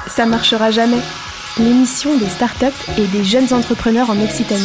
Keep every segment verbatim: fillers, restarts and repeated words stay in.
Ça marchera jamais. L'émission des startups et des jeunes entrepreneurs en Occitanie.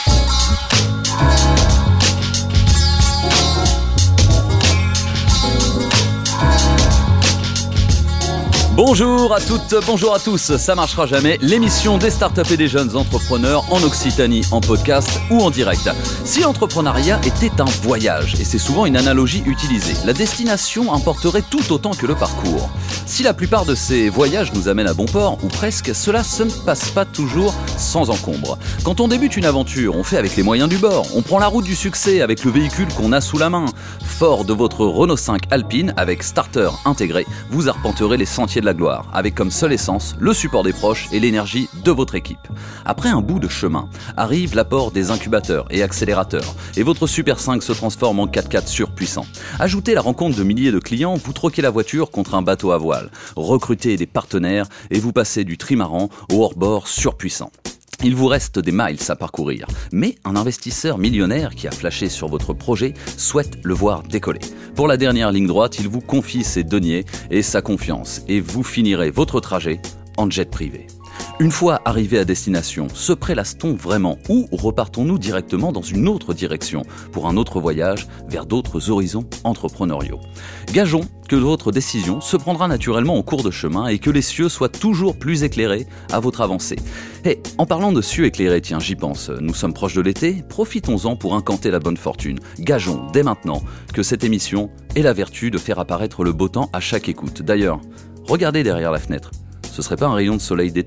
Bonjour à toutes, bonjour à tous, ça marchera jamais, l'émission des startups et des jeunes entrepreneurs en Occitanie, en podcast ou en direct. Si l'entrepreneuriat était un voyage, et c'est souvent une analogie utilisée, la destination importerait tout autant que le parcours. Si la plupart de ces voyages nous amènent à bon port, ou presque, cela se ne passe pas toujours sans encombre. Quand on débute une aventure, on fait avec les moyens du bord, on prend la route du succès avec le véhicule qu'on a sous la main. Fort de votre Renault cinq Alpine, avec starter intégré, vous arpenterez les sentiers de la gloire, avec comme seule essence le support des proches et l'énergie de votre équipe. Après un bout de chemin, arrive l'apport des incubateurs et accélérateurs, et votre Super cinq se transforme en quatre-quatre surpuissant. Ajoutez la rencontre de milliers de clients, vous troquez la voiture contre un bateau à voile, recrutez des partenaires et vous passez du trimaran au hors-bord surpuissant. Il vous reste des miles à parcourir, mais un investisseur millionnaire qui a flashé sur votre projet souhaite le voir décoller. Pour la dernière ligne droite, il vous confie ses deniers et sa confiance, et vous finirez votre trajet en jet privé. Une fois arrivé à destination, se prélasse-t-on vraiment ou repartons-nous directement dans une autre direction pour un autre voyage vers d'autres horizons entrepreneuriaux ? Gageons que votre décision se prendra naturellement en cours de chemin et que les cieux soient toujours plus éclairés à votre avancée. Et en parlant de cieux éclairés, tiens, j'y pense, nous sommes proches de l'été, profitons-en pour incanter la bonne fortune. Gageons dès maintenant que cette émission ait la vertu de faire apparaître le beau temps à chaque écoute. D'ailleurs, regardez derrière la fenêtre. Ce serait pas un rayon de soleil d'été ?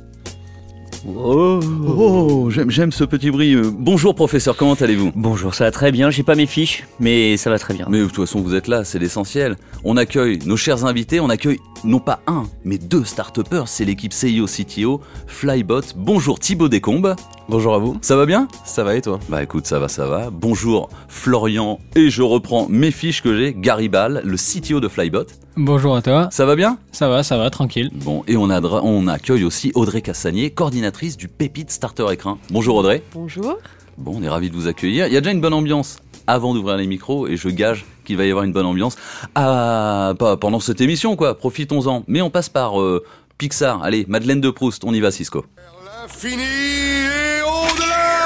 Oh, oh j'aime, j'aime ce petit bruit. Bonjour professeur, comment allez-vous ? Bonjour, ça va très bien, j'ai pas mes fiches, mais ça va très bien. Mais de toute façon vous êtes là, c'est l'essentiel. On accueille nos chers invités, on accueille non pas un, mais deux start-upers, c'est l'équipe C I O C T O, Flybot. Bonjour Thibaut Descombes. Bonjour à vous. Ça va bien ? Ça va et toi ? Bah écoute, ça va, ça va. Bonjour Florian, et je reprends mes fiches que j'ai, Gary Ball, le C T O de Flybot. Bonjour à toi. Ça va bien ? Ça va, ça va, tranquille. Bon, et on, adra- on accueille aussi Audrey Cassagnier, coordinatrice du Pépite Starter Écrin. Bonjour Audrey. Bonjour. Bon, on est ravis de vous accueillir. Il y a déjà une bonne ambiance avant d'ouvrir les micros, et je gage qu'il va y avoir une bonne ambiance ah, pas pendant cette émission, quoi. Profitons-en. Mais on passe par euh, Pixar. Allez, Madeleine de Proust, on y va Cisco. L'infini et au-delà.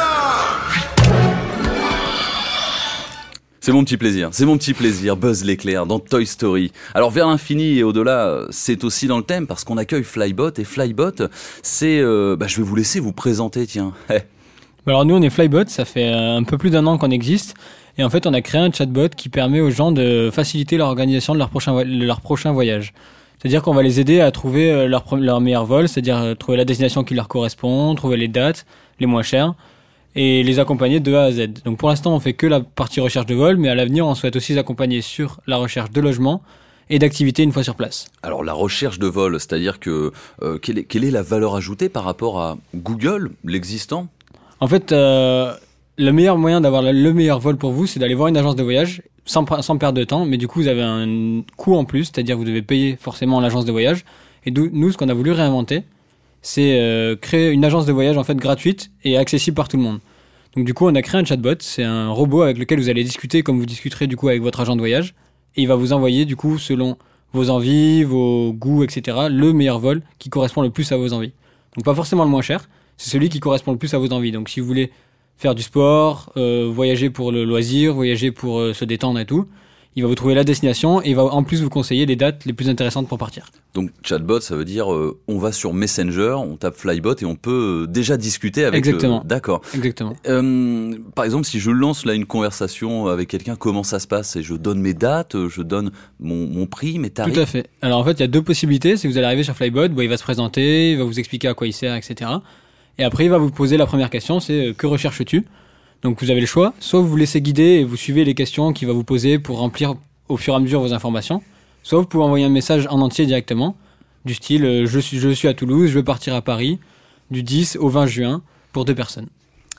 C'est mon petit plaisir, c'est mon petit plaisir, Buzz l'éclair dans Toy Story. Alors vers l'infini et au-delà, c'est aussi dans le thème parce qu'on accueille Flybot et Flybot, c'est, euh, bah je vais vous laisser vous présenter, tiens. Alors nous on est Flybot, ça fait un peu plus d'un an qu'on existe et en fait on a créé un chatbot qui permet aux gens de faciliter l'organisation de leur prochain, de leur prochain voyage. C'est-à-dire qu'on va les aider à trouver leur, leur meilleur vol, c'est-à-dire trouver la destination qui leur correspond, trouver les dates les moins chères, et les accompagner de A à Z. Donc pour l'instant, on fait que la partie recherche de vol, mais à l'avenir, on souhaite aussi les accompagner sur la recherche de logement et d'activités une fois sur place. Alors la recherche de vol, c'est-à-dire que euh, quelle, est, quelle est la valeur ajoutée par rapport à Google, l'existant ? En fait, euh, le meilleur moyen d'avoir le meilleur vol pour vous, c'est d'aller voir une agence de voyage sans, sans perdre de temps, mais du coup, vous avez un coût en plus, c'est-à-dire vous devez payer forcément l'agence de voyage. Et nous, ce qu'on a voulu réinventer, c'est euh, créer une agence de voyage en fait gratuite et accessible par tout le monde. Donc du coup, on a créé un chatbot, c'est un robot avec lequel vous allez discuter comme vous discuterez du coup avec votre agent de voyage, et il va vous envoyer du coup selon vos envies, vos goûts, et cetera, le meilleur vol qui correspond le plus à vos envies. Donc pas forcément le moins cher, c'est celui qui correspond le plus à vos envies. Donc si vous voulez faire du sport, euh, voyager pour le loisir, voyager pour euh, se détendre et tout, il va vous trouver la destination et il va en plus vous conseiller les dates les plus intéressantes pour partir. Donc chatbot, ça veut dire euh, on va sur Messenger, on tape Flybot et on peut euh, déjà discuter avec. Exactement. Le... D'accord. Exactement. Euh, par exemple, si je lance là une conversation avec quelqu'un, comment ça se passe ? Et je donne mes dates, je donne mon, mon prix, mes tarifs. Tout à fait. Alors en fait, il y a deux possibilités. Si vous allez arriver sur Flybot, bon, il va se présenter, il va vous expliquer à quoi il sert, et cetera. Et après, il va vous poser la première question, c'est euh, que recherches-tu ? Donc vous avez le choix, soit vous vous laissez guider et vous suivez les questions qu'il va vous poser pour remplir au fur et à mesure vos informations, soit vous pouvez envoyer un message en entier directement, du style euh, je suis, je suis à Toulouse, je veux partir à Paris, du dix au vingt juin, pour deux personnes.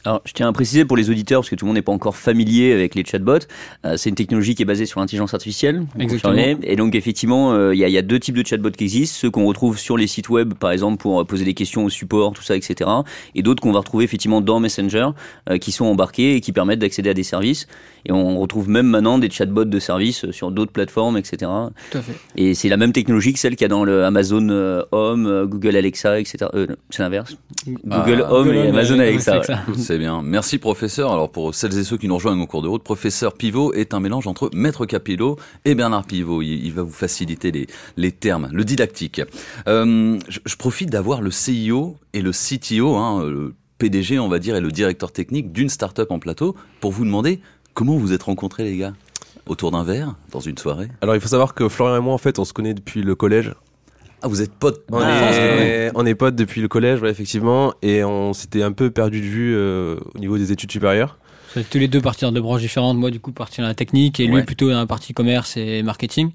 Alors, je tiens à préciser pour les auditeurs, parce que tout le monde n'est pas encore familier avec les chatbots, euh, c'est une technologie qui est basée sur l'intelligence artificielle. Exactement. Et donc, effectivement, il euh, y, y a deux types de chatbots qui existent. Ceux qu'on retrouve sur les sites web, par exemple, pour poser des questions au support, tout ça, et cetera. Et d'autres qu'on va retrouver effectivement dans Messenger, euh, qui sont embarqués et qui permettent d'accéder à des services. Et on retrouve même maintenant des chatbots de services sur d'autres plateformes, et cetera. Tout à fait. Et c'est la même technologie que celle qu'il y a dans le Amazon euh, Home, euh, Google Alexa, et cetera. Euh, c'est l'inverse. Google Ah, Home Google et Home Amazon et Alexa. Alexa. Ouais. C'est bien. Merci professeur. Alors pour celles et ceux qui nous rejoignent en cours de route, professeur Pivot est un mélange entre Maître Capello et Bernard Pivot. Il, il va vous faciliter les, les termes, le didactique. Euh, je, je profite d'avoir le C I O et le C T O, hein, le P D G on va dire, et le directeur technique d'une start-up en plateau pour vous demander comment vous êtes rencontrés les gars. Autour d'un verre, dans une soirée. Alors il faut savoir que Florian et moi en fait on se connaît depuis le collège. Ah, vous êtes potes. On, Ah, est, on est potes depuis le collège, ouais, effectivement, et on s'était un peu perdu de vue euh, au niveau des études supérieures. On est tous les deux partir de branches différentes. Moi, du coup, partir dans la technique et lui Ouais. plutôt dans la partie commerce et marketing.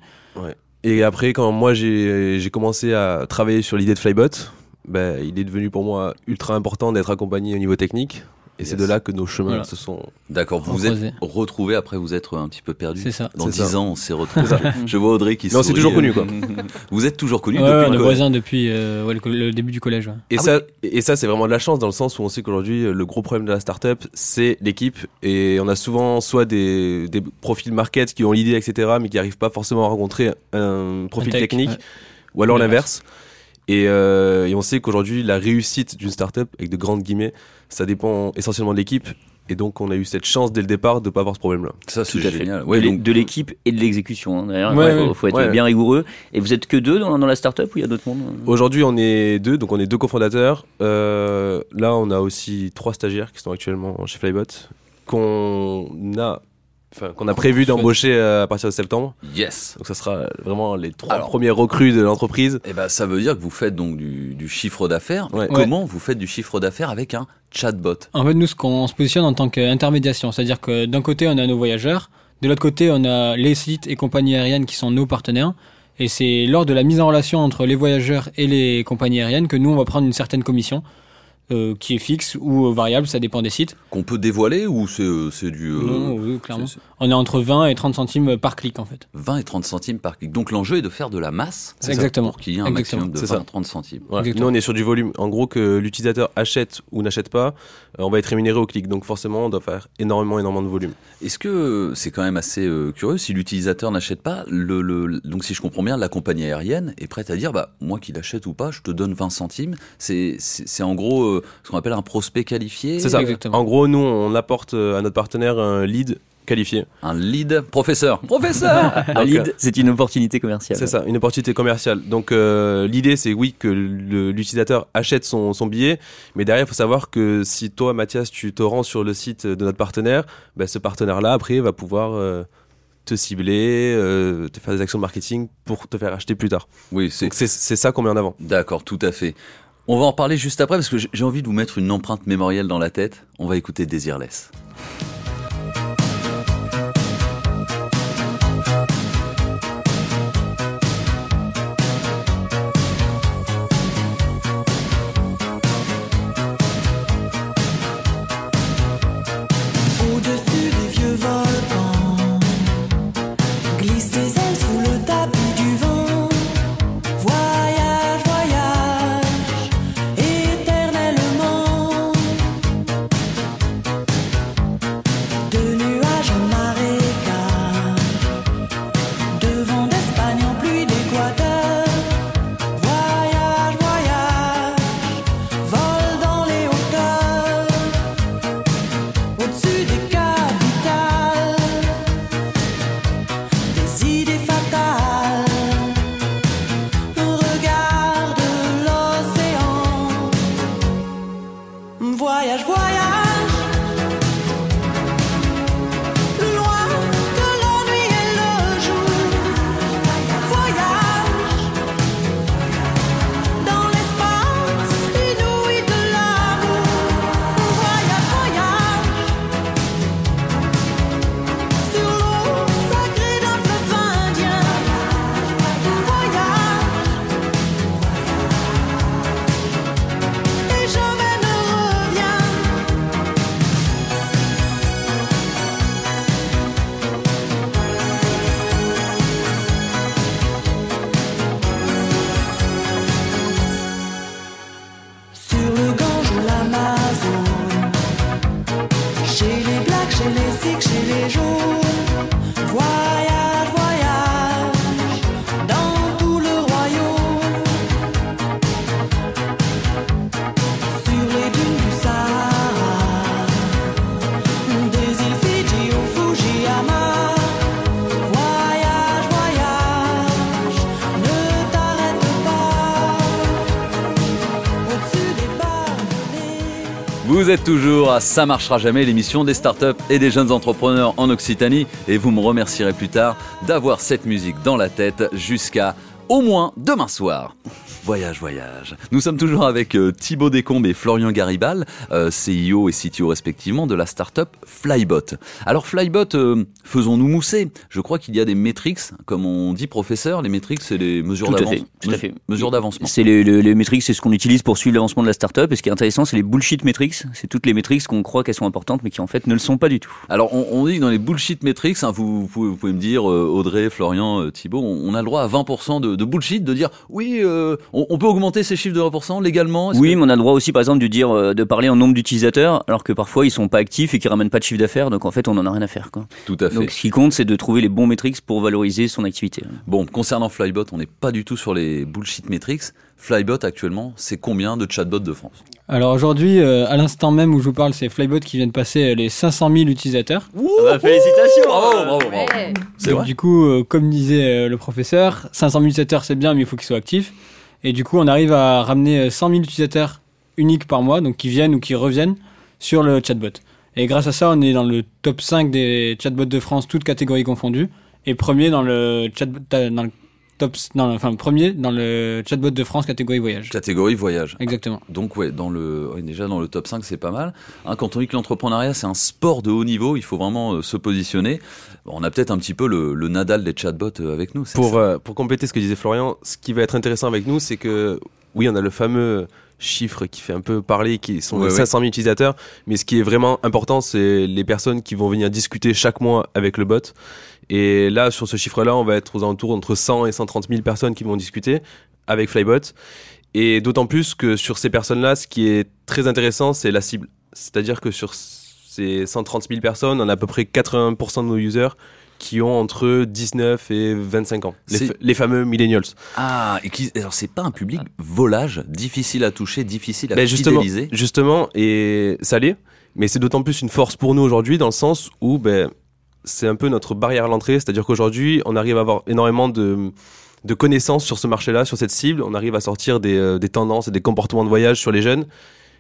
Et après, quand moi j'ai, j'ai commencé à travailler sur l'idée de Flybot, bah, il est devenu pour moi ultra important d'être accompagné au niveau technique. Et Yes. c'est de là que nos chemins Voilà. se sont... D'accord, vous vous Recroisés. êtes retrouvés après vous être un petit peu perdus. C'est ça. Dans C'est dix ça. ans, on s'est retrouvés. Je vois Audrey qui Mais on s'est sourit. toujours connus, quoi. Vous êtes toujours connus Ouais, depuis ouais, le on est collège. voisins depuis euh, ouais, le, le début du collège. Ouais. Et, Ah ça, et ça, c'est vraiment de la chance dans le sens où on sait qu'aujourd'hui, le gros problème de la startup, c'est l'équipe. Et on a souvent soit des, des profils market qui ont l'idée, et cetera, mais qui n'arrivent pas forcément à rencontrer un profil Un tech, technique, ouais. ou alors L'inverse. l'inverse. Et, euh, et on sait qu'aujourd'hui, la réussite d'une startup, avec de grandes guillemets, ça dépend essentiellement de l'équipe. Et donc, on a eu cette chance dès le départ de ne pas avoir ce problème-là. Ça, c'est Tout à fait. génial. de Ouais, l'é- donc, de l'équipe et de l'exécution. Hein, d'ailleurs, Ouais, il faut, ouais. faut être Ouais. bien rigoureux. Et vous êtes que deux dans, dans la startup ou il y a d'autres mondes? Aujourd'hui, on est deux, donc on est deux cofondateurs. Euh, là, on a aussi trois stagiaires qui sont actuellement chez Flybot, qu'on a, enfin, qu'on a prévu d'embaucher euh, à partir de septembre. yes. Donc ça sera vraiment les trois Alors. premières recrues de l'entreprise. Eh ben, ça veut dire que vous faites donc du, du chiffre d'affaires. Ouais. Comment vous faites du chiffre d'affaires avec un chatbot? En fait, nous, ce qu'on on se positionne en tant qu'intermédiation, c'est-à-dire que d'un côté, on a nos voyageurs, de l'autre côté, on a les sites et compagnies aériennes qui sont nos partenaires. Et c'est lors de la mise en relation entre les voyageurs et les compagnies aériennes que nous, on va prendre une certaine commission euh, qui est fixe ou variable, ça dépend des sites. Qu'on peut dévoiler ou c'est, euh, c'est du euh, Non, oui, clairement. c'est- c'est On est entre vingt et trente centimes par clic, en fait. vingt et trente centimes par clic. Donc l'enjeu est de faire de la masse. C'est exactement. Pour qu'il y ait un Exactement. maximum de C'est vingt ça. à trente centimes. Voilà. Exactement. Nous, on est sur du volume. En gros, que l'utilisateur achète ou n'achète pas, euh, on va être rémunéré au clic. Donc forcément, on doit faire énormément, énormément de volume. Est-ce que euh, c'est quand même assez euh, curieux si l'utilisateur n'achète pas le, le donc si je comprends bien la compagnie aérienne est prête à dire bah moi qui l'achète ou pas je te donne vingt centimes c'est c'est, c'est en gros euh, ce qu'on appelle un prospect qualifié. C'est ça. Exactement. En gros, nous, on apporte euh, à notre partenaire un lead qualifié. Un lead professeur. Professeur. Un lead, c'est une opportunité commerciale. C'est ça, une opportunité commerciale. Donc euh, l'idée, c'est oui que le- l'utilisateur achète son, son billet, mais derrière, il faut savoir que si toi, Mathias, tu te rends sur le site de notre partenaire, ben, ce partenaire-là, après, va pouvoir euh, te cibler, euh, te faire des actions de marketing pour te faire acheter plus tard. Oui, c'est Donc c'est c'est ça qu'on met en avant. d'accord, tout à fait. On va en parler juste après parce que j'ai j'ai envie de vous mettre une empreinte mémorielle dans la tête. On va écouter Desireless. Au-dessus des vieux volcans, glisse tes ailes sous le tapis du vent. Voyage, voyage, éternellement. De nuages en marécage, de vent d'Espagne en pluie d'Équateur. Voyage, voyage, vole dans les hauteurs. Au-dessus des capitales, des idées fatales. Vous êtes toujours à Ça marchera jamais, l'émission des startups et des jeunes entrepreneurs en Occitanie. Et vous me remercierez plus tard d'avoir cette musique dans la tête jusqu'à au moins demain soir. Voyage, voyage. Nous sommes toujours avec euh, Thibaut Descombes et Florian Garibal, euh, C E O et C T O respectivement de la startup Flybot. Alors Flybot, euh, faisons-nous mousser. Je crois qu'il y a des métriques, comme on dit professeur, les métriques c'est les mesures Tout à d'avance. fait, tout à fait. Mesures d'avancement. C'est les, les, les métriques, c'est ce qu'on utilise pour suivre l'avancement de la startup. Et ce qui est intéressant, c'est les bullshit metrics. C'est toutes les métriques qu'on croit qu'elles sont importantes, mais qui en fait ne le sont pas du tout. Alors on, on dit que dans les bullshit metrics, hein, vous, vous, pouvez, vous pouvez me dire, euh, Audrey, Florian, euh, Thibaut, on, on a le droit à vingt pour cent de, de bullshit, de dire oui, euh, on, on peut augmenter ces chiffres de vingt pour cent légalement. Est-ce Oui, que... mais on a le droit aussi, par exemple, de dire, euh, de parler en nombre d'utilisateurs, alors que parfois ils sont pas actifs et qu'ils ramènent pas de chiffre d'affaires. Donc en fait, on en a rien à faire, quoi. Tout à fait. Donc ce qui compte, c'est de trouver les bons metrics pour valoriser son activité. Bon, concernant Flybot, on n'est pas du tout sur les bullshit metrics. Flybot actuellement, c'est combien de chatbots de France? Alors aujourd'hui, euh, à l'instant même où je vous parle, c'est Flybot qui vient de passer les cinq cent mille utilisateurs. Bah, félicitations. Bravo, bravo, bravo. Ouais. C'est Donc vrai. du coup, euh, comme disait euh, le professeur, cinq cent mille utilisateurs c'est bien, mais il faut qu'ils soient actifs. Et du coup, on arrive à ramener cent mille utilisateurs uniques par mois, donc qui viennent ou qui reviennent sur le chatbot. Et grâce à ça, on est dans le top cinq des chatbots de France, toutes catégories confondues, et premier dans le chatbot, dans le top, dans, enfin premier dans le chatbot de France catégorie voyage. Catégorie voyage. Exactement. Donc ouais, dans le, ouais, déjà dans le top cinq, c'est pas mal. Hein, quand on dit que l'entrepreneuriat, c'est un sport de haut niveau, il faut vraiment euh, se positionner. On a peut-être un petit peu le, le Nadal des chatbots euh, avec nous. c'est Pour, ça. euh, pour compléter ce que disait Florian, ce qui va être intéressant avec nous, c'est que oui, on a le fameux chiffre qui fait un peu parler, qui sont Ouais, les ouais. cinq cent mille utilisateurs, mais ce qui est vraiment important, c'est les personnes qui vont venir discuter chaque mois avec le bot. Et là, sur ce chiffre-là, on va être aux alentours entre cent et cent trente mille personnes qui vont discuter avec Flybot. Et d'autant plus que sur ces personnes-là, ce qui est très intéressant, c'est la cible. C'est-à-dire que sur ces cent trente mille personnes, on a à peu près quatre-vingts pour cent de nos users qui ont entre dix-neuf et vingt-cinq ans. Les, C'est- fa- les fameux millennials. Ah, et qui, alors c'est pas un public volage, difficile à toucher, difficile à Ben justement, fidéliser. justement, et ça l'est, mais c'est d'autant plus une force pour nous aujourd'hui dans le sens où ben, c'est un peu notre barrière à l'entrée, c'est-à-dire qu'aujourd'hui, on arrive à avoir énormément de, de connaissances sur ce marché-là, sur cette cible, on arrive à sortir des, euh, des tendances et des comportements de voyage sur les jeunes,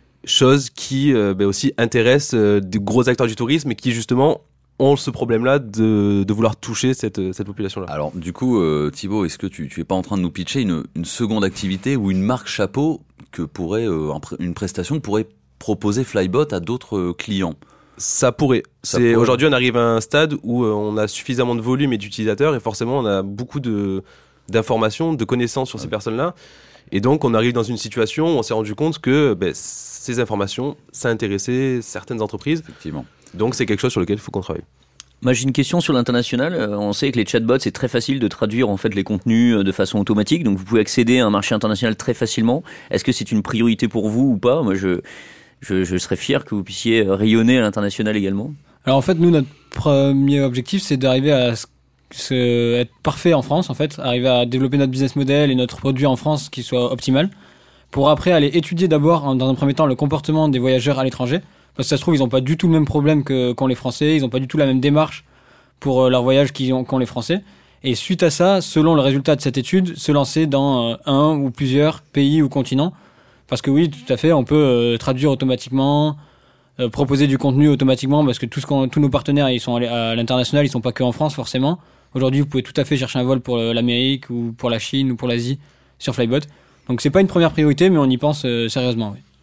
chose qui euh, ben, aussi intéresse euh, des gros acteurs du tourisme et qui justement ont ce problème-là de, de vouloir toucher cette, cette population-là. Alors du coup, euh, Thibaut, est-ce que tu, tu es pas en train de nous pitcher une, une seconde activité ou une marque chapeau que pourrait, euh, un pr- une prestation que pourrait proposer Flybot à d'autres euh, clients? Ça pourrait. Ça C'est pourrait. aujourd'hui on arrive à un stade où euh, on a suffisamment de volume et d'utilisateurs et forcément on a beaucoup de d'informations, de connaissances sur ces personnes-là. Et donc on arrive dans une situation où on s'est rendu compte que ben, ces informations, ça intéressait certaines entreprises. Effectivement. Donc c'est quelque chose sur lequel il faut qu'on travaille. Moi, j'ai une question sur l'international. Euh, on sait que les chatbots, c'est très facile de traduire en fait les contenus euh, de façon automatique. Donc, vous pouvez accéder à un marché international très facilement. Est-ce que c'est une priorité pour vous ou pas? Moi, je, je, je serais fier que vous puissiez rayonner à l'international également. Alors en fait, nous, notre premier objectif, c'est d'arriver à se- se- être parfait en France, en fait, arriver à développer notre business model et notre produit en France qui soit optimal, pour après aller étudier d'abord, en- dans un premier temps, le comportement des voyageurs à l'étranger, parce que ça se trouve, ils n'ont pas du tout le même problème que qu'ont les Français, ils n'ont pas du tout la même démarche pour euh, leur voyage qu'ils ont, qu'ont les Français. Et suite à ça, selon le résultat de cette étude, se lancer dans euh, un ou plusieurs pays ou continents, parce que oui, tout à fait, on peut euh, traduire automatiquement, euh, proposer du contenu automatiquement, parce que tout ce qu'on, tous nos partenaires, ils sont à à l'international, ils sont pas que en France forcément. Aujourd'hui, vous pouvez tout à fait chercher un vol pour euh, l'Amérique ou pour la Chine ou pour l'Asie sur Flybot. Donc c'est pas une première priorité, mais on y pense euh, sérieusement. Oui.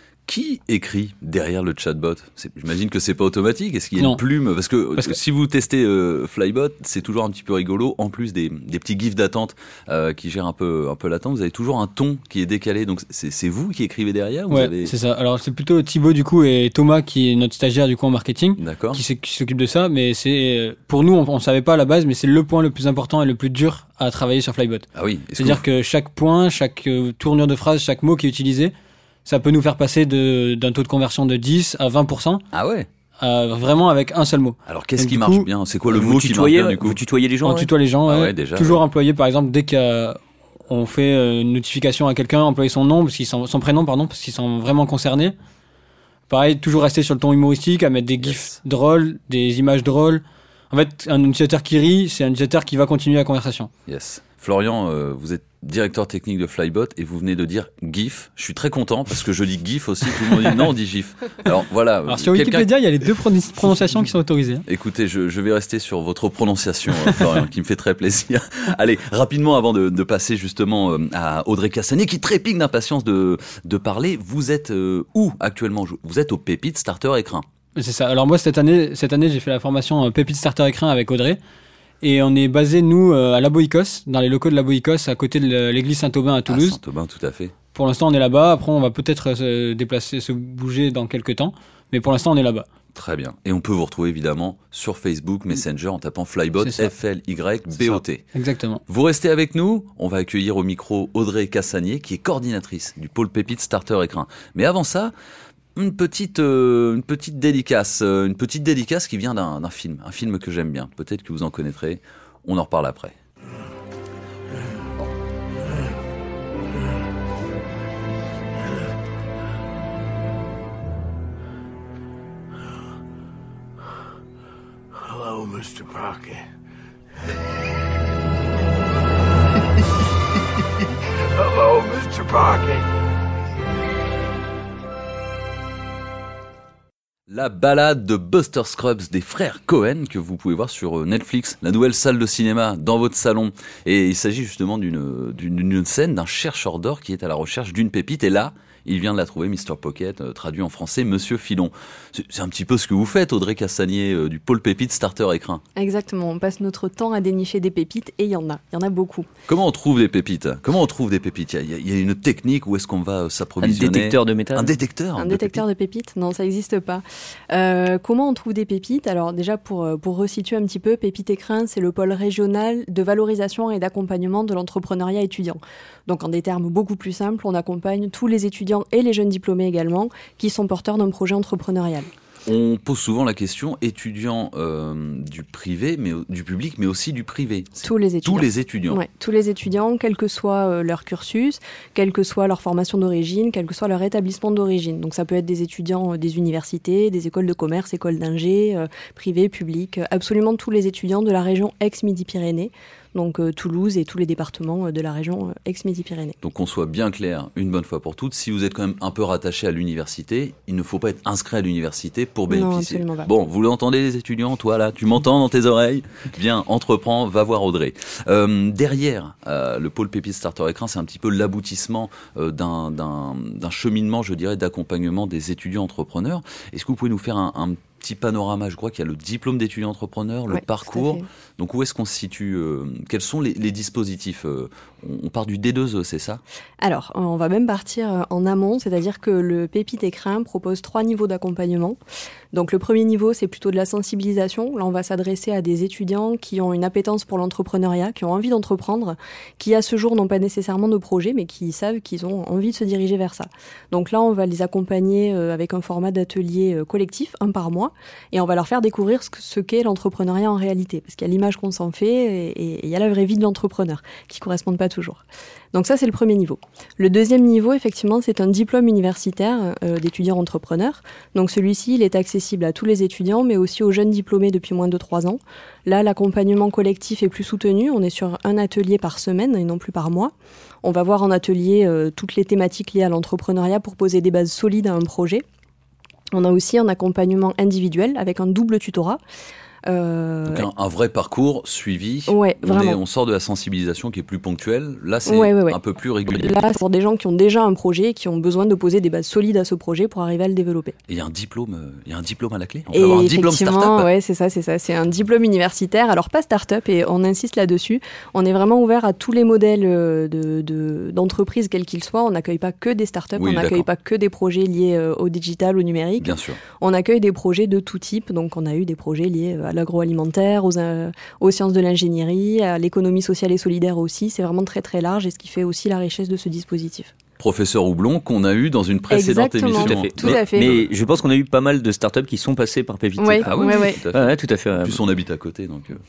Qui écrit derrière le chatbot? C'est- J'imagine que c'est pas automatique. Est-ce qu'il y a Non. une plume? Parce que, Parce que- si vous testez euh, Flybot, c'est toujours un petit peu rigolo. En plus des, des petits gifs d'attente euh, qui gèrent un peu, un peu l'attente, vous avez toujours un ton qui est décalé. Donc c'est c'est vous qui écrivez derrière? Vous Ouais, avez... c'est ça. Alors c'est plutôt Thibaut du coup et Thomas qui est notre stagiaire du coup en marketing, D'accord. qui s'est- qui s'occupe de ça. Mais c'est euh, pour nous, on, on savait pas à la base, mais c'est le point le plus important et le plus dur à travailler sur Flybot. Ah oui. Est-ce que C'est-à-dire que chaque point, chaque euh, tournure de phrase, chaque mot qui est utilisé, ça peut nous faire passer de, d'un taux de conversion de dix à vingt pour cent, vous- Ah ouais. euh, vraiment avec un seul mot. Alors qu'est-ce Donc, qui du marche coup, bien? C'est quoi le vous mot qui marche tutoyez, bien du coup? vous tutoyez les gens. On ouais. tutoie les gens, Ah ouais. ouais, déjà, Toujours ouais. employer, par exemple, dès qu'on fait euh, une notification à quelqu'un, employer son nom, parce qu'ils sont, son prénom, pardon, parce qu'ils sont vraiment concernés. Pareil, toujours rester sur le ton humoristique, à mettre des gifs Yes. drôles, des images drôles. En fait, un utilisateur qui rit, c'est un utilisateur qui va continuer la conversation. Yes. Florian, euh, vous êtes directeur technique de Flybot et vous venez de dire GIF. Je suis très content parce que je dis GIF aussi. Tout le monde dit non, on dit GIF. Alors voilà. Alors sur quelqu'un- Wikipédia, il y a les deux prononci- prononciations qui sont autorisées. hein. Écoutez, je, je vais rester sur votre prononciation, euh, Florian, qui me fait très plaisir. Allez, rapidement, avant de, de passer justement euh, à Audrey Cassanier, qui trépigne d'impatience de, de parler. Vous êtes euh, où actuellement ? Vous êtes au Pépite Starter Écrin. C'est ça. Alors moi, cette année, cette année, j'ai fait la formation euh, Pépite Starter Écrin avec Audrey. Et on est basé, nous, euh, à la Boïcos, dans les locaux de la Boïcos, à côté de le- l'église Saint-Aubin à Toulouse. À Saint-Aubin, tout à fait. Pour l'instant, on est là-bas. Après, on va peut-être se déplacer, se bouger dans quelques temps. Mais pour l'instant, on est là-bas. Très bien. Et on peut vous retrouver évidemment sur Facebook, Messenger, en tapant Flybot, C'est ça. F L Y B O T. Exactement. Vous restez avec nous. On va accueillir au micro Audrey Cassanier, qui est coordinatrice du pôle Pépite Starter Écrin. Mais avant ça, une petite, euh, une petite dédicace, euh, une petite dédicace qui vient d'un, d'un film, un film que j'aime bien. Peut-être que vous en connaîtrez. On en reparle après. Hello, Mister Pocket. Hello, Mister Pocket. La balade de Buster Scruggs des frères Cohen que vous pouvez voir sur Netflix, la nouvelle salle de cinéma dans votre salon. Et il s'agit justement d'une, d'une, d'une scène d'un chercheur d'or qui est à la recherche d'une pépite. Et là, il vient de la trouver, Mister Pocket, euh, traduit en français, Monsieur Filon. C'est, c'est un petit peu ce que vous faites, Audrey Cassanier, euh, du pôle Pépite Starter Écrin. Exactement, on passe notre temps à dénicher des pépites et il y en a, il y en a beaucoup. Comment on trouve des pépites ? Comment on trouve des pépites ? Il y, a, il y a une technique où est-ce qu'on va euh, Un s'approvisionner ? détecteur de métal. Un détecteur Un de détecteur de pépites ? Non, ça n'existe pas. Euh, comment on trouve des pépites ? Alors déjà, pour, euh, pour resituer un petit peu, Pépite Écrin, c'est le pôle régional de valorisation et d'accompagnement de l'entrepreneuriat étudiant. Donc en des termes beaucoup plus simples, on accompagne tous les étudiants et les jeunes diplômés également qui sont porteurs d'un projet entrepreneurial. On pose souvent la question étudiants euh, du privé, mais du public, mais aussi du privé. C'est Tous les étudiants. tous les étudiants. Ouais, tous les étudiants, quel que soit euh, leur cursus, quelle que soit leur formation d'origine, quel que soit leur établissement d'origine. Donc ça peut être des étudiants euh, des universités, des écoles de commerce, écoles d'ingé, euh, privées, publiques, euh, absolument tous les étudiants de la région ex-Midi-Pyrénées, donc euh, Toulouse et tous les départements euh, de la région euh, ex-Midi-Pyrénées. Donc qu'on soit bien clair une bonne fois pour toutes, si vous êtes quand même un peu rattaché à l'université, il ne faut pas être inscrit à l'université pour bénéficier. absolument pas. Bon, vous l'entendez les étudiants, toi là, tu m'entends dans tes oreilles ? Viens, entreprends, va voir Audrey. Euh, derrière euh, le pôle Pépite Starter Écrin, c'est un petit peu l'aboutissement euh, d'un, d'un, d'un cheminement, je dirais, d'accompagnement des étudiants entrepreneurs. Est-ce que vous pouvez nous faire un, un petit panorama ? Je crois qu'il y a le diplôme d'étudiant entrepreneur, le Ouais, tout à parcours. fait. Donc où est-ce qu'on se situe euh, Quels sont les, les dispositifs euh, on, on part du D deux E, c'est ça ? Alors, on va même partir euh, en amont, c'est-à-dire que le Pépite Écrin propose trois niveaux d'accompagnement. Donc le premier niveau, c'est plutôt de la sensibilisation. Là, on va s'adresser à des étudiants qui ont une appétence pour l'entrepreneuriat, qui ont envie d'entreprendre, qui à ce jour n'ont pas nécessairement de projet, mais qui savent qu'ils ont envie de se diriger vers ça. Donc là, on va les accompagner euh, avec un format d'atelier euh, collectif, un par mois, et on va leur faire découvrir ce, que, ce qu'est l'entrepreneuriat en réalité, parce qu'il y a l'image qu'on s'en fait et il y a la vraie vie de l'entrepreneur, qui ne correspondent pas toujours. Donc ça, c'est le premier niveau. Le deuxième niveau, effectivement, c'est un diplôme universitaire euh, d'étudiant entrepreneur. Donc celui-ci, il est accessible à tous les étudiants, mais aussi aux jeunes diplômés depuis moins de trois ans. Là, l'accompagnement collectif est plus soutenu. On est sur un atelier par semaine et non plus par mois. On va voir en atelier euh, toutes les thématiques liées à l'entrepreneuriat pour poser des bases solides à un projet. On a aussi un accompagnement individuel avec un double tutorat. Euh, Donc un, un vrai parcours suivi. Ouais, on, vraiment. est, on sort de la sensibilisation qui est plus ponctuelle. Là, c'est Ouais, ouais, ouais. un peu plus régulier. Là, c'est pour des gens qui ont déjà un projet et qui ont besoin de poser des bases solides à ce projet pour arriver à le développer. Et il y a un diplôme, euh, il y a un diplôme à la clé. On peut Et avoir un diplôme effectivement, start-up. ouais, c'est ça, c'est ça. C'est un diplôme universitaire. Alors pas start-up, et on insiste là-dessus. On est vraiment ouvert à tous les modèles euh, de, de, d'entreprise, quels qu'ils soient. On n'accueille pas que des start-up, Oui, on n'accueille d'accord. pas que des projets liés euh, au digital, au numérique. Bien sûr. On accueille des projets de tout type. Donc on a eu des projets liés à l'agroalimentaire, aux, euh, aux sciences de l'ingénierie, à l'économie sociale et solidaire aussi. C'est vraiment très très large et ce qui fait aussi la richesse de ce dispositif. Professeur Houblon qu'on a eu dans une précédente Exactement. émission. Tout mais, à fait. mais je pense qu'on a eu pas mal de startups qui sont passées par Pépite. Ouais, Ah oui, ouais, oui, ouais. tout à fait. Ouais, ouais, tout à fait. En ouais. plus, on habite à côté, donc. euh,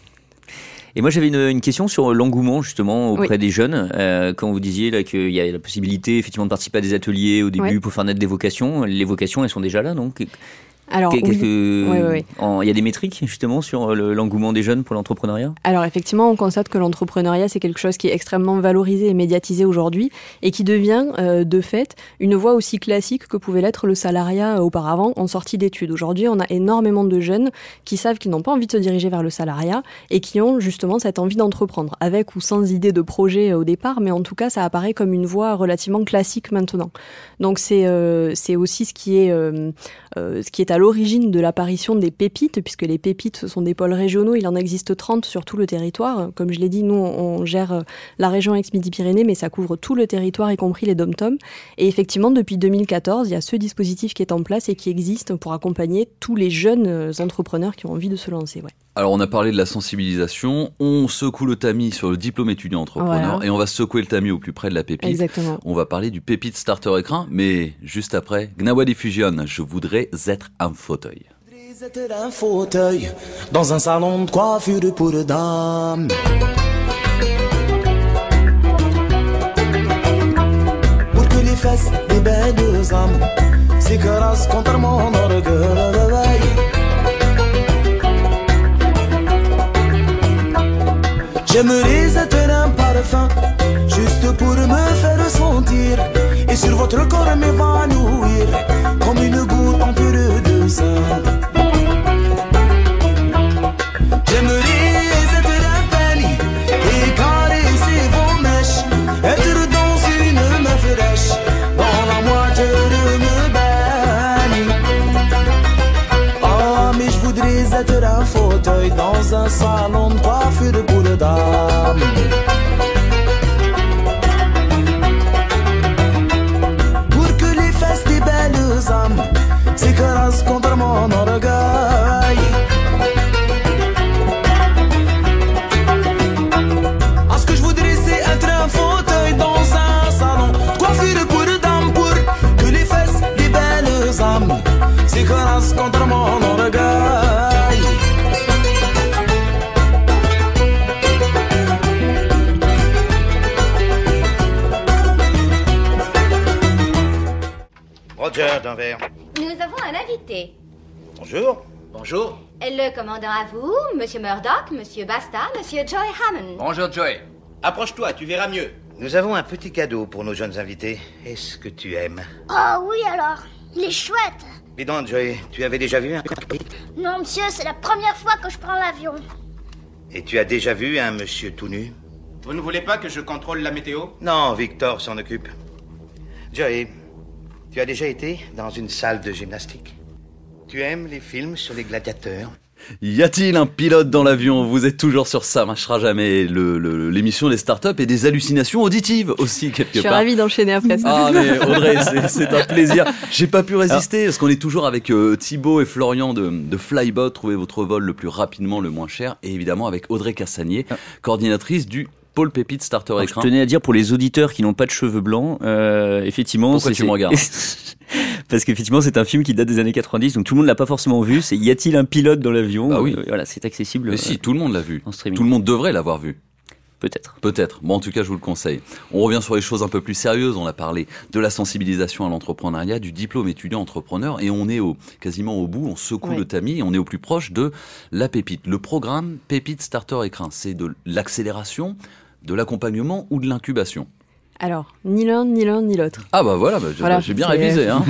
Et moi, j'avais une, une question sur l'engouement justement auprès Oui. des jeunes. Euh, quand vous disiez là qu'il y a la possibilité effectivement de participer à des ateliers au début Ouais. pour faire naître des vocations, les vocations, elles sont déjà là, donc. Alors, Qu'est-ce oui. que- Ouais, ouais, ouais. en- Il y a des métriques justement sur le- l'engouement des jeunes pour l'entrepreneuriat? Alors effectivement, on constate que l'entrepreneuriat, c'est quelque chose qui est extrêmement valorisé et médiatisé aujourd'hui et qui devient euh, de fait une voie aussi classique que pouvait l'être le salariat euh, auparavant en sortie d'études. Aujourd'hui, on a énormément de jeunes qui savent qu'ils n'ont pas envie de se diriger vers le salariat et qui ont justement cette envie d'entreprendre, avec ou sans idée de projet euh, au départ, mais en tout cas, ça apparaît comme une voie relativement classique maintenant. Donc c'est euh, c'est aussi ce qui est euh, euh, ce qui est à l'origine de l'apparition des pépites, puisque les pépites, ce sont des pôles régionaux, il en existe trente sur tout le territoire. Comme je l'ai dit, nous, on gère la région Aix-Midi-Pyrénées, mais ça couvre tout le territoire, y compris les dom-toms. Et effectivement, depuis deux mille quatorze, il y a ce dispositif qui est en place et qui existe pour accompagner tous les jeunes entrepreneurs qui ont envie de se lancer. Ouais. Alors, on a parlé de la sensibilisation, on secoue le tamis sur le diplôme étudiant entrepreneur Voilà. et on va secouer le tamis au plus près de la pépite. Exactement. On va parler du pépite starter écran, mais juste après, Gnawa Diffusion, je voudrais être un fauteuil. C'était un fauteuil dans un salon de coiffure pour dames. Pour que les fesses des belles âmes s'écrasent contre mon orgueil. J'aimerais être un parfum juste pour me faire sentir et sur votre corps m'évanouir comme une goutte en pure de sang. J'aimerais être un panier et caresser vos mèches, être dans une main fraîche, dans la moitié de me baigne. Ah, mais je voudrais être un fauteuil dans un salon de coiffure pour dames. Pour que les fesses des belles âmes s'écrasent contre mon orgueil. Ah, ce que je voudrais c'est être un fauteuil dans un salon de coiffure pour dames, pour que les fesses des belles âmes s'écrasent contre mon orgueil. Roger, d'un verre. Nous avons un invité. Bonjour. Bonjour. Le commandant à vous, Monsieur Murdoch, Monsieur Basta, Monsieur Joy Hammond. Bonjour, Joey. Approche-toi, tu verras mieux. Nous avons un petit cadeau pour nos jeunes invités. Est-ce que tu aimes? Oh oui alors, il est chouette. Dis donc, Joey, tu avais déjà vu un... Non monsieur, c'est la première fois que je prends l'avion. Et tu as déjà vu un monsieur tout nu? Vous ne voulez pas que je contrôle la météo? Non, Victor s'en occupe. Joey, tu as déjà été dans une salle de gymnastique? Tu aimes les films sur les gladiateurs? Y a-t-il un pilote dans l'avion? Vous êtes toujours sur Ça marchera jamais, le, le- l'émission des startups et des hallucinations auditives aussi quelque Je suis part. ravie d'enchaîner après ça. Ah mais Audrey, c'est, c'est un plaisir. J'ai pas pu résister parce qu'on est toujours avec euh, Thibaut et Florian de, de Flybot. Trouvez votre vol le plus rapidement, le moins cher, et évidemment avec Audrey Cassagnier, coordinatrice du Pôle Pépite Starter Alors, Écran. je tenais à dire pour les auditeurs qui n'ont pas de cheveux blancs, euh, effectivement. Pourquoi c'est- tu me c'est- regardes? Parce qu'effectivement, c'est un film qui date des années quatre-vingt-dix, donc tout le monde l'a pas forcément vu. C'est y a-t-il un pilote dans l'avion? Bah oui. Euh, voilà, c'est accessible. Mais euh, si, tout le monde l'a vu. en streaming. Tout le monde devrait l'avoir vu. Peut-être. Peut-être. Bon, en tout cas, je vous le conseille. On revient sur les choses un peu plus sérieuses. On a parlé de la sensibilisation à l'entrepreneuriat, du diplôme étudiant entrepreneur, et on est au, quasiment au bout. On secoue Ouais. le tamis et on est au plus proche de la pépite. Le programme Pépite Starter Écran, c'est de l'accélération, de l'accompagnement ou de l'incubation. Alors, ni l'un, ni l'un, ni l'autre. Ah bah voilà, bah, j'ai, Voilà, j'ai bien c'est- révisé. Hein.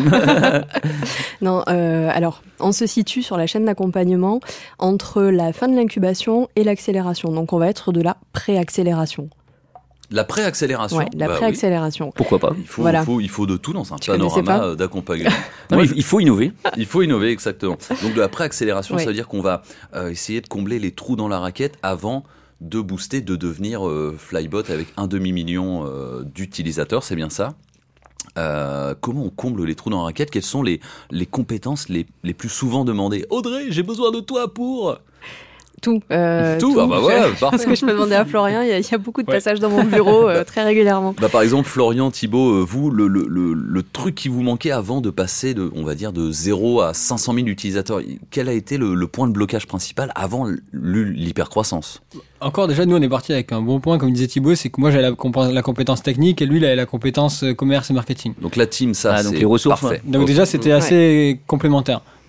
Non, euh, alors, on se situe sur la chaîne d'accompagnement entre la fin de l'incubation et l'accélération. Donc, on va être de la pré-accélération. La préaccélération. Ouais, la bah oui. préaccélération. Pourquoi pas? Il faut, Voilà. il, faut, il faut de tout dans un Tu connaissais panorama pas euh, d'accompagnement. Non, Moi, mais il faut innover. Il faut innover, exactement. Donc de la préaccélération, Ouais. ça veut dire qu'on va euh, essayer de combler les trous dans la raquette avant de booster, de devenir euh, Flybot avec un demi-million euh, d'utilisateurs, c'est bien ça. Euh, comment on comble les trous dans la raquette? Quelles sont les, les compétences les, les plus souvent demandées? Audrey, j'ai besoin de toi pour... Tout. euh, Tout, ah bah voilà, Parce parfait. que je peux demander à Florian, il y, a- il y a beaucoup de Ouais. passages dans mon bureau euh, très régulièrement. Bah, par exemple, Florian, Thibaut, euh, vous, le, le, le, le truc qui vous manquait avant de passer de, on va dire, de zéro à cinq cent mille utilisateurs, quel a été le, le point de blocage principal avant l- l'hypercroissance? Encore déjà, nous on est parti avec un bon point, comme disait Thibaut, c'est que moi j'avais la, compé- la compétence technique et lui il avait la compétence euh, commerce et marketing. Donc la team, ça, Ah, donc c'est les ressources, parfait. Donc Ok. déjà c'était Ouais. assez complémentaire.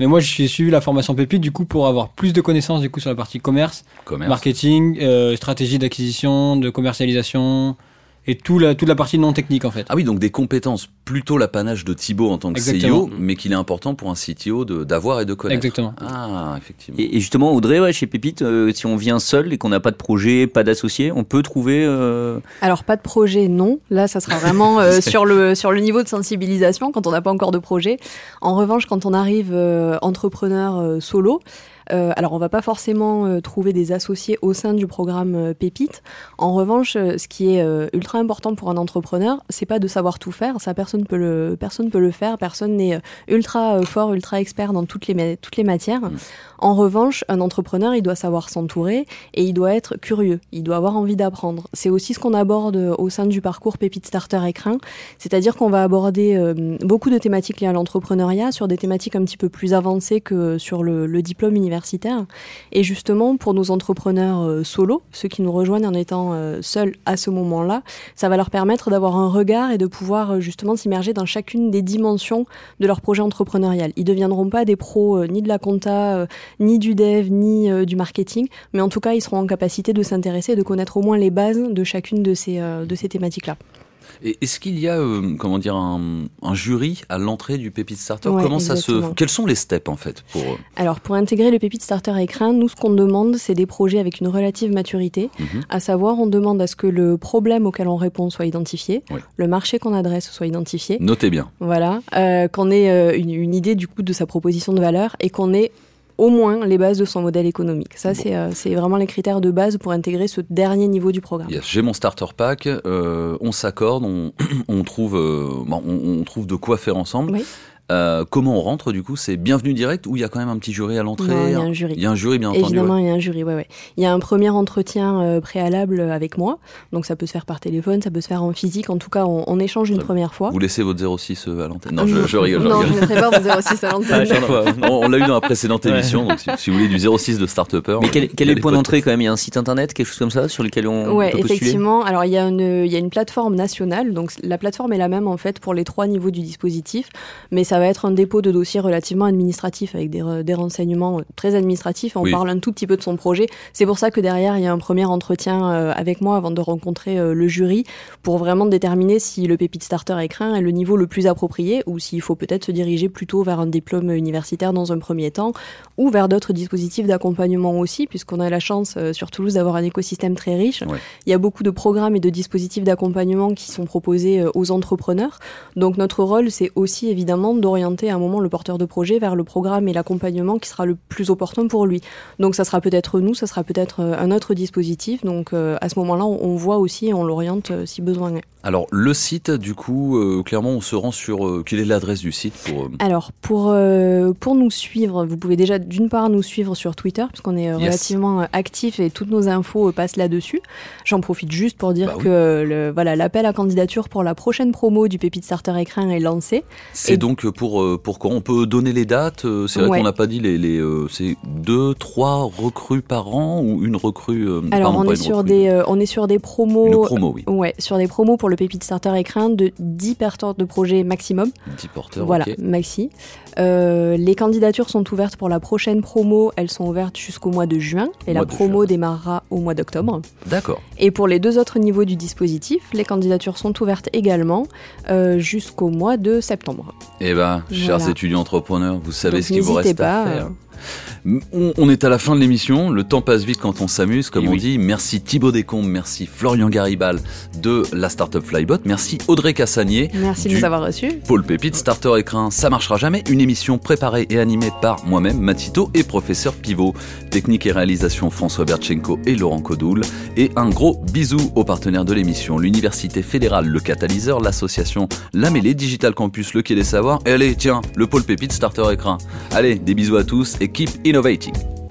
Mais moi, j'ai suivi la formation Pépite du coup pour avoir plus de connaissances du coup sur la partie commerce, Commerce. marketing, euh, stratégie d'acquisition, de commercialisation et tout la, toute la partie non technique en fait. Ah oui, donc des compétences, plutôt l'apanage de Thibaut en tant que Exactement. C E O, mais qu'il est important pour un C T O de, d'avoir et de connaître. Exactement. Ah, effectivement. Et, et justement, Audrey, ouais, chez Pépite, euh, si on vient seul et qu'on n'a pas de projet, pas d'associé, on peut trouver... Euh... Alors, pas de projet, non. Là, ça sera vraiment euh, sur, le, sur le niveau de sensibilisation, quand on n'a pas encore de projet. En revanche, quand on arrive euh, entrepreneur euh, solo, Euh, alors, on va pas forcément euh, trouver des associés au sein du programme euh, Pépite. En revanche, euh, ce qui est euh, ultra important pour un entrepreneur, c'est pas de savoir tout faire. Ça, personne peut le, personne peut le faire. Personne n'est euh, ultra euh, fort, ultra expert dans toutes les, ma- toutes les matières. Mmh. En revanche, un entrepreneur, il doit savoir s'entourer et il doit être curieux. Il doit avoir envie d'apprendre. C'est aussi ce qu'on aborde au sein du parcours Pépite Starter Écrin. C'est-à-dire qu'on va aborder euh, beaucoup de thématiques liées à l'entrepreneuriat sur des thématiques un petit peu plus avancées que sur le, le diplôme universitaire. Et justement, pour nos entrepreneurs euh, solos, ceux qui nous rejoignent en étant euh, seuls à ce moment-là, ça va leur permettre d'avoir un regard et de pouvoir euh, justement s'immerger dans chacune des dimensions de leur projet entrepreneurial. Ils ne deviendront pas des pros euh, ni de la compta, euh, ni du dev, ni euh, du marketing, mais en tout cas, ils seront en capacité de s'intéresser et de connaître au moins les bases de chacune de ces, euh, de ces thématiques-là. Et est-ce qu'il y a, euh, comment dire, un, un jury à l'entrée du Pépite Starter ? Ouais, Comment ça exactement. se, quels sont les steps en fait pour Alors, pour intégrer le Pépite Starter Écrin, nous, ce qu'on demande, c'est des projets avec une relative maturité. Mm-hmm. À savoir, on demande à ce que le problème auquel on répond soit identifié, oui. le marché qu'on adresse soit identifié. Notez bien. Voilà, euh, qu'on ait euh, une, une idée du coup de sa proposition de valeur et qu'on ait au moins les bases de son modèle économique. Ça, bon. c'est, euh, c'est vraiment les critères de base pour intégrer ce dernier niveau du programme. Yes, j'ai mon starter pack, euh, on s'accorde, on, on, trouve, euh, bon, on, on trouve de quoi faire ensemble. Oui. Euh, comment on rentre du coup ? C'est bienvenue direct ou il y a quand même un petit jury à l'entrée ? Non, il y a un jury. Il y a un jury, bien entendu. Évidemment, ouais. il y a un jury, ouais, ouais. Il y a un premier entretien euh, préalable avec moi. Donc ça peut se faire par téléphone, ça peut se faire en physique. En tout cas, on, on échange une ça, première fois. Vous laissez votre zéro six euh, à l'antenne ? Non, je, je rigole. Je non, rigole. je ne mettrai pas mon zéro six à l'antenne. À chaque fois. On, on l'a eu dans la précédente émission. Donc si, si vous voulez du zéro six de start-upper. Mais quel, quel est le point d'entrée quand même ? Il y a un site internet, quelque chose comme ça, sur lequel on, ouais, on peut postuler ? Effectivement. Alors il y a une, il y a une plateforme nationale. Donc la plateforme est la même en fait pour les trois niveaux du dispositif, mais ça va être un dépôt de dossier relativement administratif avec des, des renseignements très administratifs. On oui. parle un tout petit peu de son projet. C'est pour ça que derrière, il y a un premier entretien euh, avec moi avant de rencontrer euh, le jury pour vraiment déterminer si le Pépite Starter Écrin est le niveau le plus approprié ou s'il faut peut-être se diriger plutôt vers un diplôme universitaire dans un premier temps ou vers d'autres dispositifs d'accompagnement aussi, puisqu'on a la chance euh, sur Toulouse d'avoir un écosystème très riche. Ouais. Il y a beaucoup de programmes et de dispositifs d'accompagnement qui sont proposés euh, aux entrepreneurs. Donc notre rôle, c'est aussi évidemment d'orienter à un moment le porteur de projet vers le programme et l'accompagnement qui sera le plus opportun pour lui. Donc ça sera peut-être nous, ça sera peut-être un autre dispositif. Donc euh, à ce moment-là, on, on voit aussi et on l'oriente euh, si besoin est. Alors le site, du coup, euh, clairement, on se rend sur... Euh, quelle est l'adresse du site pour, euh... Alors pour, euh, pour nous suivre, vous pouvez déjà d'une part nous suivre sur Twitter, puisqu'on est euh, yes. relativement actifs et toutes nos infos euh, passent là-dessus. J'en profite juste pour dire bah oui. que le, voilà, l'appel à candidature pour la prochaine promo du Pépite Starter Écrin est lancé. C'est et donc pour, euh, pour quoi ? On peut donner les dates ? C'est vrai ouais. qu'on n'a pas dit les... les euh, c'est deux, trois recrues par an ou une recrue euh, Alors pardon, on, est sur des, euh, on est sur des promos... Une promo, oui. Ouais, sur des promos pour le Pépite Starter Écrin de dix porteurs de projet maximum. dix porteurs, Voilà, okay. maxi. Euh, les candidatures sont ouvertes pour la prochaine promo. Elles sont ouvertes jusqu'au mois de juin. Et mois la promo juin. démarrera au mois d'octobre. D'accord. Et pour les deux autres niveaux du dispositif, les candidatures sont ouvertes également euh, jusqu'au mois de septembre. Eh bien, voilà. Chers étudiants entrepreneurs, vous savez Donc, ce qu'il vous reste pas, à faire. Euh... On, on est à la fin de l'émission, le temps passe vite quand on s'amuse, comme Et on oui. dit. Merci Thibaut Descombes, merci Florian Garibal de la Startup Flybot, merci Audrey Cassagnier. Merci de nous avoir reçus. Pôle Pépite, Starter Écrin, ça marchera jamais. Une émission préparée et animée par moi-même, Matito et Professeur Pivot. Technique et réalisation François Bertchenko et Laurent Codoul. Et un gros bisou aux partenaires de l'émission, l'Université Fédérale Le Catalyseur, l'association La Mêlée, Digital Campus Le Quai des Savoirs. Et allez, tiens, le Pôle Pépite, Starter Écrin. Allez, des bisous à tous et keep innovating.